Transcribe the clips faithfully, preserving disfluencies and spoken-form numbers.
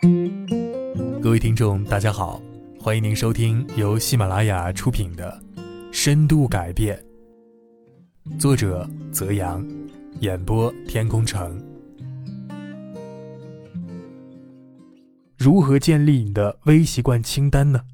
各位听众大家好，欢迎您收听由喜马拉雅出品的深度改变，作者泽阳，演播天空城。如何建立你的微习惯清单呢？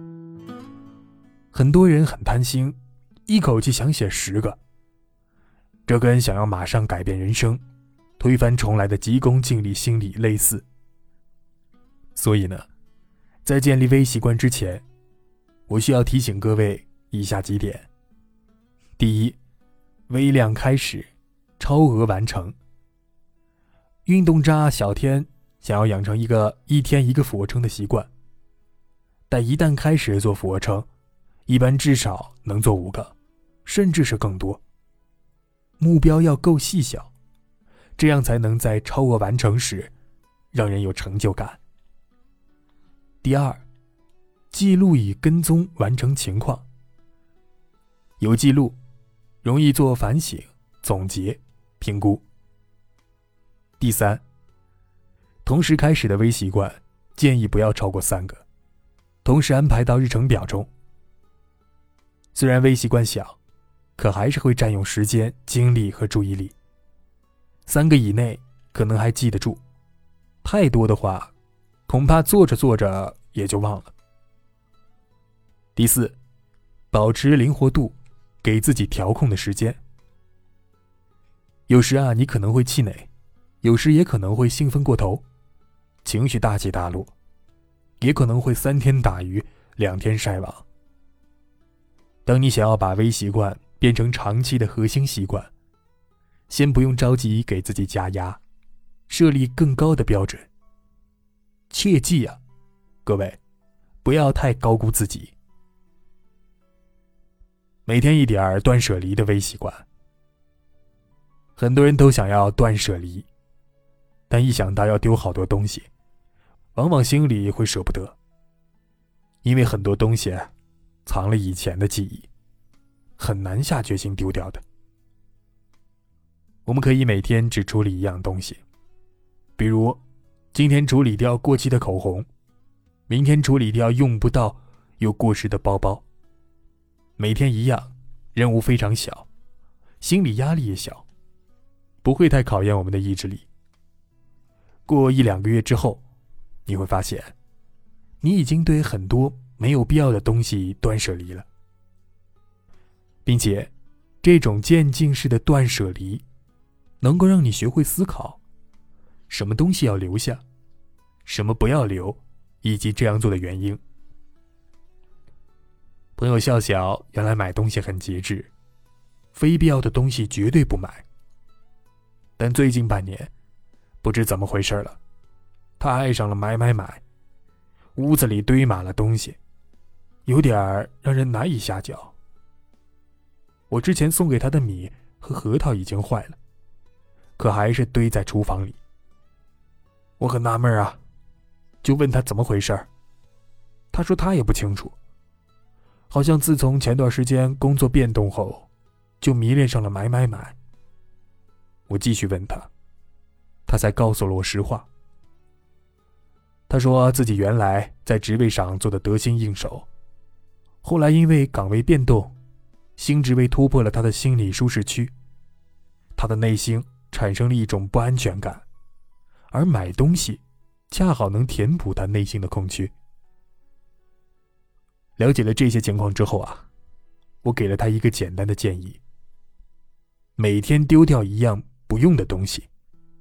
很多人很贪心，一口气想写十个，这跟想要马上改变人生、推翻重来的急功近利心理类似。所以呢，在建立微习惯之前，我需要提醒各位以下几点。第一，微量开始，超额完成。运动渣小天想要养成一个一天一个俯卧撑的习惯，但一旦开始做俯卧撑，一般至少能做五个，甚至是更多。目标要够细小，这样才能在超额完成时让人有成就感。第二，记录与跟踪完成情况。有记录，容易做反省、总结、评估。第三，同时开始的微习惯建议不要超过三个，同时安排到日程表中。虽然微习惯小，可还是会占用时间、精力和注意力。三个以内可能还记得住，太多的话恐怕做着做着也就忘了。第四，保持灵活度，给自己调控的时间。有时啊，你可能会气馁，有时也可能会兴奋过头，情绪大起大落，也可能会三天打鱼两天晒网。当你想要把微习惯变成长期的核心习惯，先不用着急给自己加压，设立更高的标准。切记啊，各位，不要太高估自己。每天一点断舍离的微习惯。很多人都想要断舍离，但一想到要丢好多东西，往往心里会舍不得。因为很多东西藏了以前的记忆，很难下决心丢掉的。我们可以每天只处理一样东西，比如今天处理掉过期的口红，明天处理掉用不到又过时的包包。每天一样，任务非常小，心理压力也小，不会太考验我们的意志力。过一两个月之后，你会发现你已经对很多没有必要的东西断舍离了，并且这种渐进式的断舍离能够让你学会思考什么东西要留下，什么不要留，以及这样做的原因。朋友笑笑原来买东西很节制，非必要的东西绝对不买。但最近半年不知怎么回事了，他爱上了买买买，屋子里堆满了东西，有点让人难以下脚。我之前送给他的米和核桃已经坏了，可还是堆在厨房里。我很纳闷啊，就问他怎么回事，他说他也不清楚，好像自从前段时间工作变动后，就迷恋上了买买买。我继续问他，他才告诉了我实话。他说自己原来在职位上做得得心应手，后来因为岗位变动，新职位突破了他的心理舒适区，他的内心产生了一种不安全感，而买东西恰好能填补他内心的空虚。了解了这些情况之后啊，我给了他一个简单的建议：每天丢掉一样不用的东西。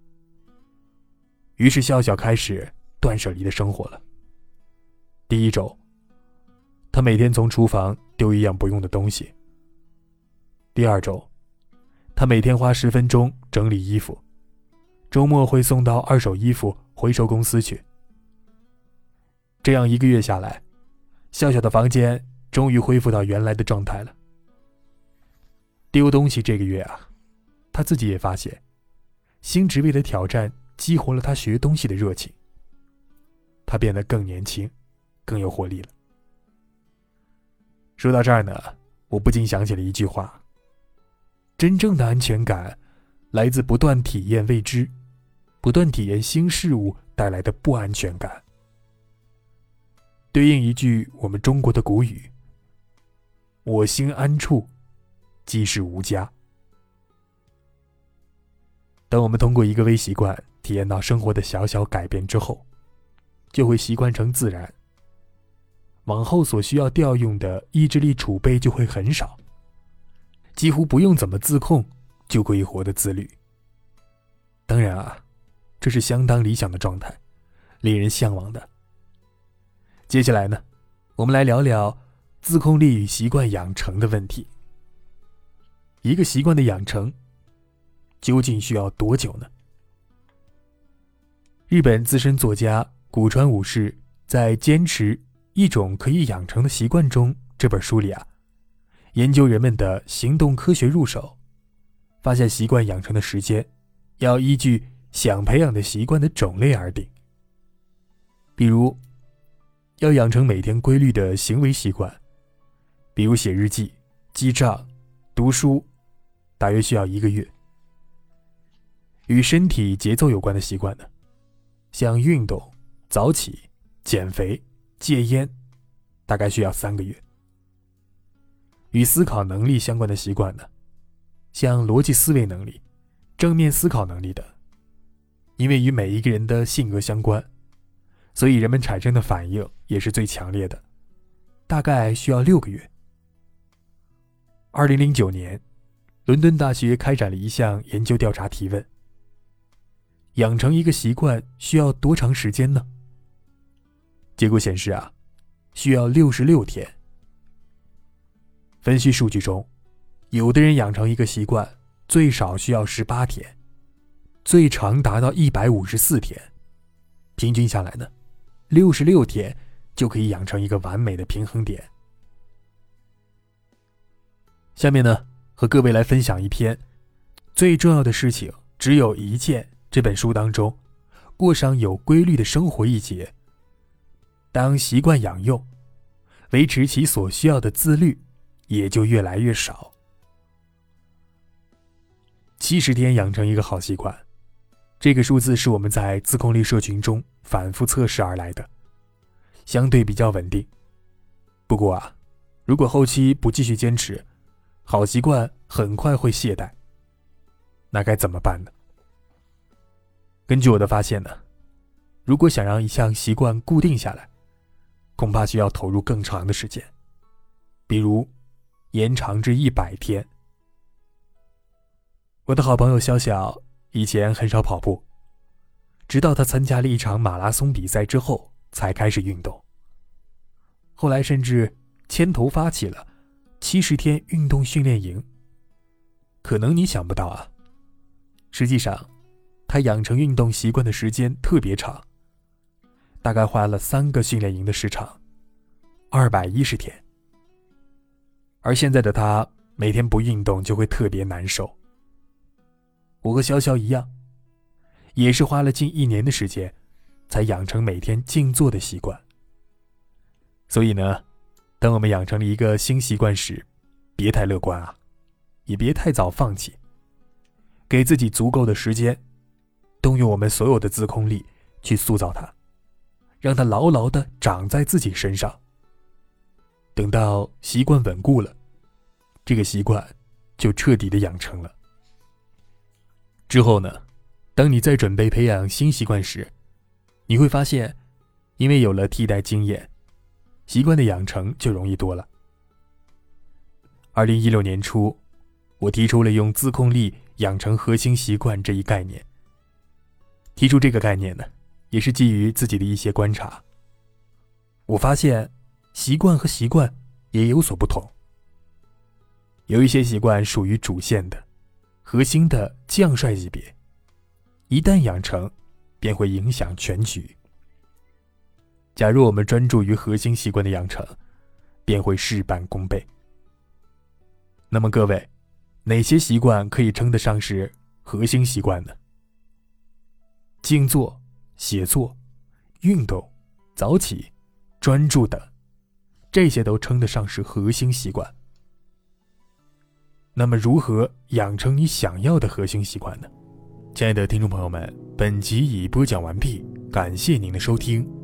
于是笑笑开始断舍离的生活了。第一周，他每天从厨房丢一样不用的东西。第二周，他每天花十分钟整理衣服，周末会送到二手衣服回收公司去。这样一个月下来，笑笑的房间终于恢复到原来的状态了。丢东西这个月啊，他自己也发现，新职位的挑战激活了他学东西的热情，他变得更年轻，更有活力了。说到这儿呢，我不禁想起了一句话：真正的安全感来自不断体验未知，不断体验新事物带来的不安全感。对应一句我们中国的古语：我心安处，即是无家。当我们通过一个微习惯体验到生活的小小改变之后，就会习惯成自然，往后所需要调用的意志力储备就会很少，几乎不用怎么自控就可以活得自律。当然啊，这是相当理想的状态，令人向往的。接下来呢，我们来聊聊自控力与习惯养成的问题。一个习惯的养成究竟需要多久呢？日本资深作家古川武士在《坚持一种可以养成的习惯》中这本书里啊，研究人们的行动科学入手，发现习惯养成的时间要依据想培养的习惯的种类而定。比如要养成每天规律的行为习惯，比如写日记、记账、读书，大约需要一个月。与身体节奏有关的习惯呢，像运动、早起、减肥、戒烟，大概需要三个月。与思考能力相关的习惯呢，像逻辑思维能力、正面思考能力等，因为与每一个人的性格相关，所以人们产生的反应也是最强烈的，大概需要六个月。二零零九年，伦敦大学开展了一项研究调查，提问：养成一个习惯需要多长时间呢？结果显示啊，需要六十六天。分析数据中，有的人养成一个习惯最少需要十八天，最长达到一百五十四天，平均下来呢，六十六天就可以养成一个完美的平衡点。下面呢，和各位来分享一篇最重要的事情只有一件这本书当中过上有规律的生活一节。当习惯养用，维持其所需要的自律也就越来越少。七十天养成一个好习惯，这个数字是我们在自控力社群中反复测试而来的，相对比较稳定。不过啊，如果后期不继续坚持，好习惯很快会懈怠，那该怎么办呢？根据我的发现呢，如果想让一项习惯固定下来，恐怕需要投入更长的时间，比如延长至一百天。我的好朋友小小以前很少跑步，直到他参加了一场马拉松比赛之后才开始运动。后来甚至牵头发起了七十天运动训练营。可能你想不到啊，实际上他养成运动习惯的时间特别长，大概花了三个训练营的时长，二百一十天。而现在的他每天不运动就会特别难受。我和潇潇一样，也是花了近一年的时间才养成每天静坐的习惯。所以呢，当我们养成了一个新习惯时，别太乐观啊，也别太早放弃，给自己足够的时间，动用我们所有的自控力去塑造它，让它牢牢地长在自己身上。等到习惯稳固了，这个习惯就彻底的养成了。之后呢，当你在准备培养新习惯时，你会发现，因为有了替代经验，习惯的养成就容易多了。二零一六年初，我提出了用自控力养成核心习惯这一概念。提出这个概念呢，也是基于自己的一些观察。我发现习惯和习惯也有所不同。有一些习惯属于主线的、核心的将帅级别，一旦养成，便会影响全局。假如我们专注于核心习惯的养成，便会事半功倍。那么各位，哪些习惯可以称得上是核心习惯呢？静坐、写作、运动、早起、专注等，这些都称得上是核心习惯。那么如何养成你想要的核心习惯呢？亲爱的听众朋友们，本集已播讲完毕， 感谢您的收听。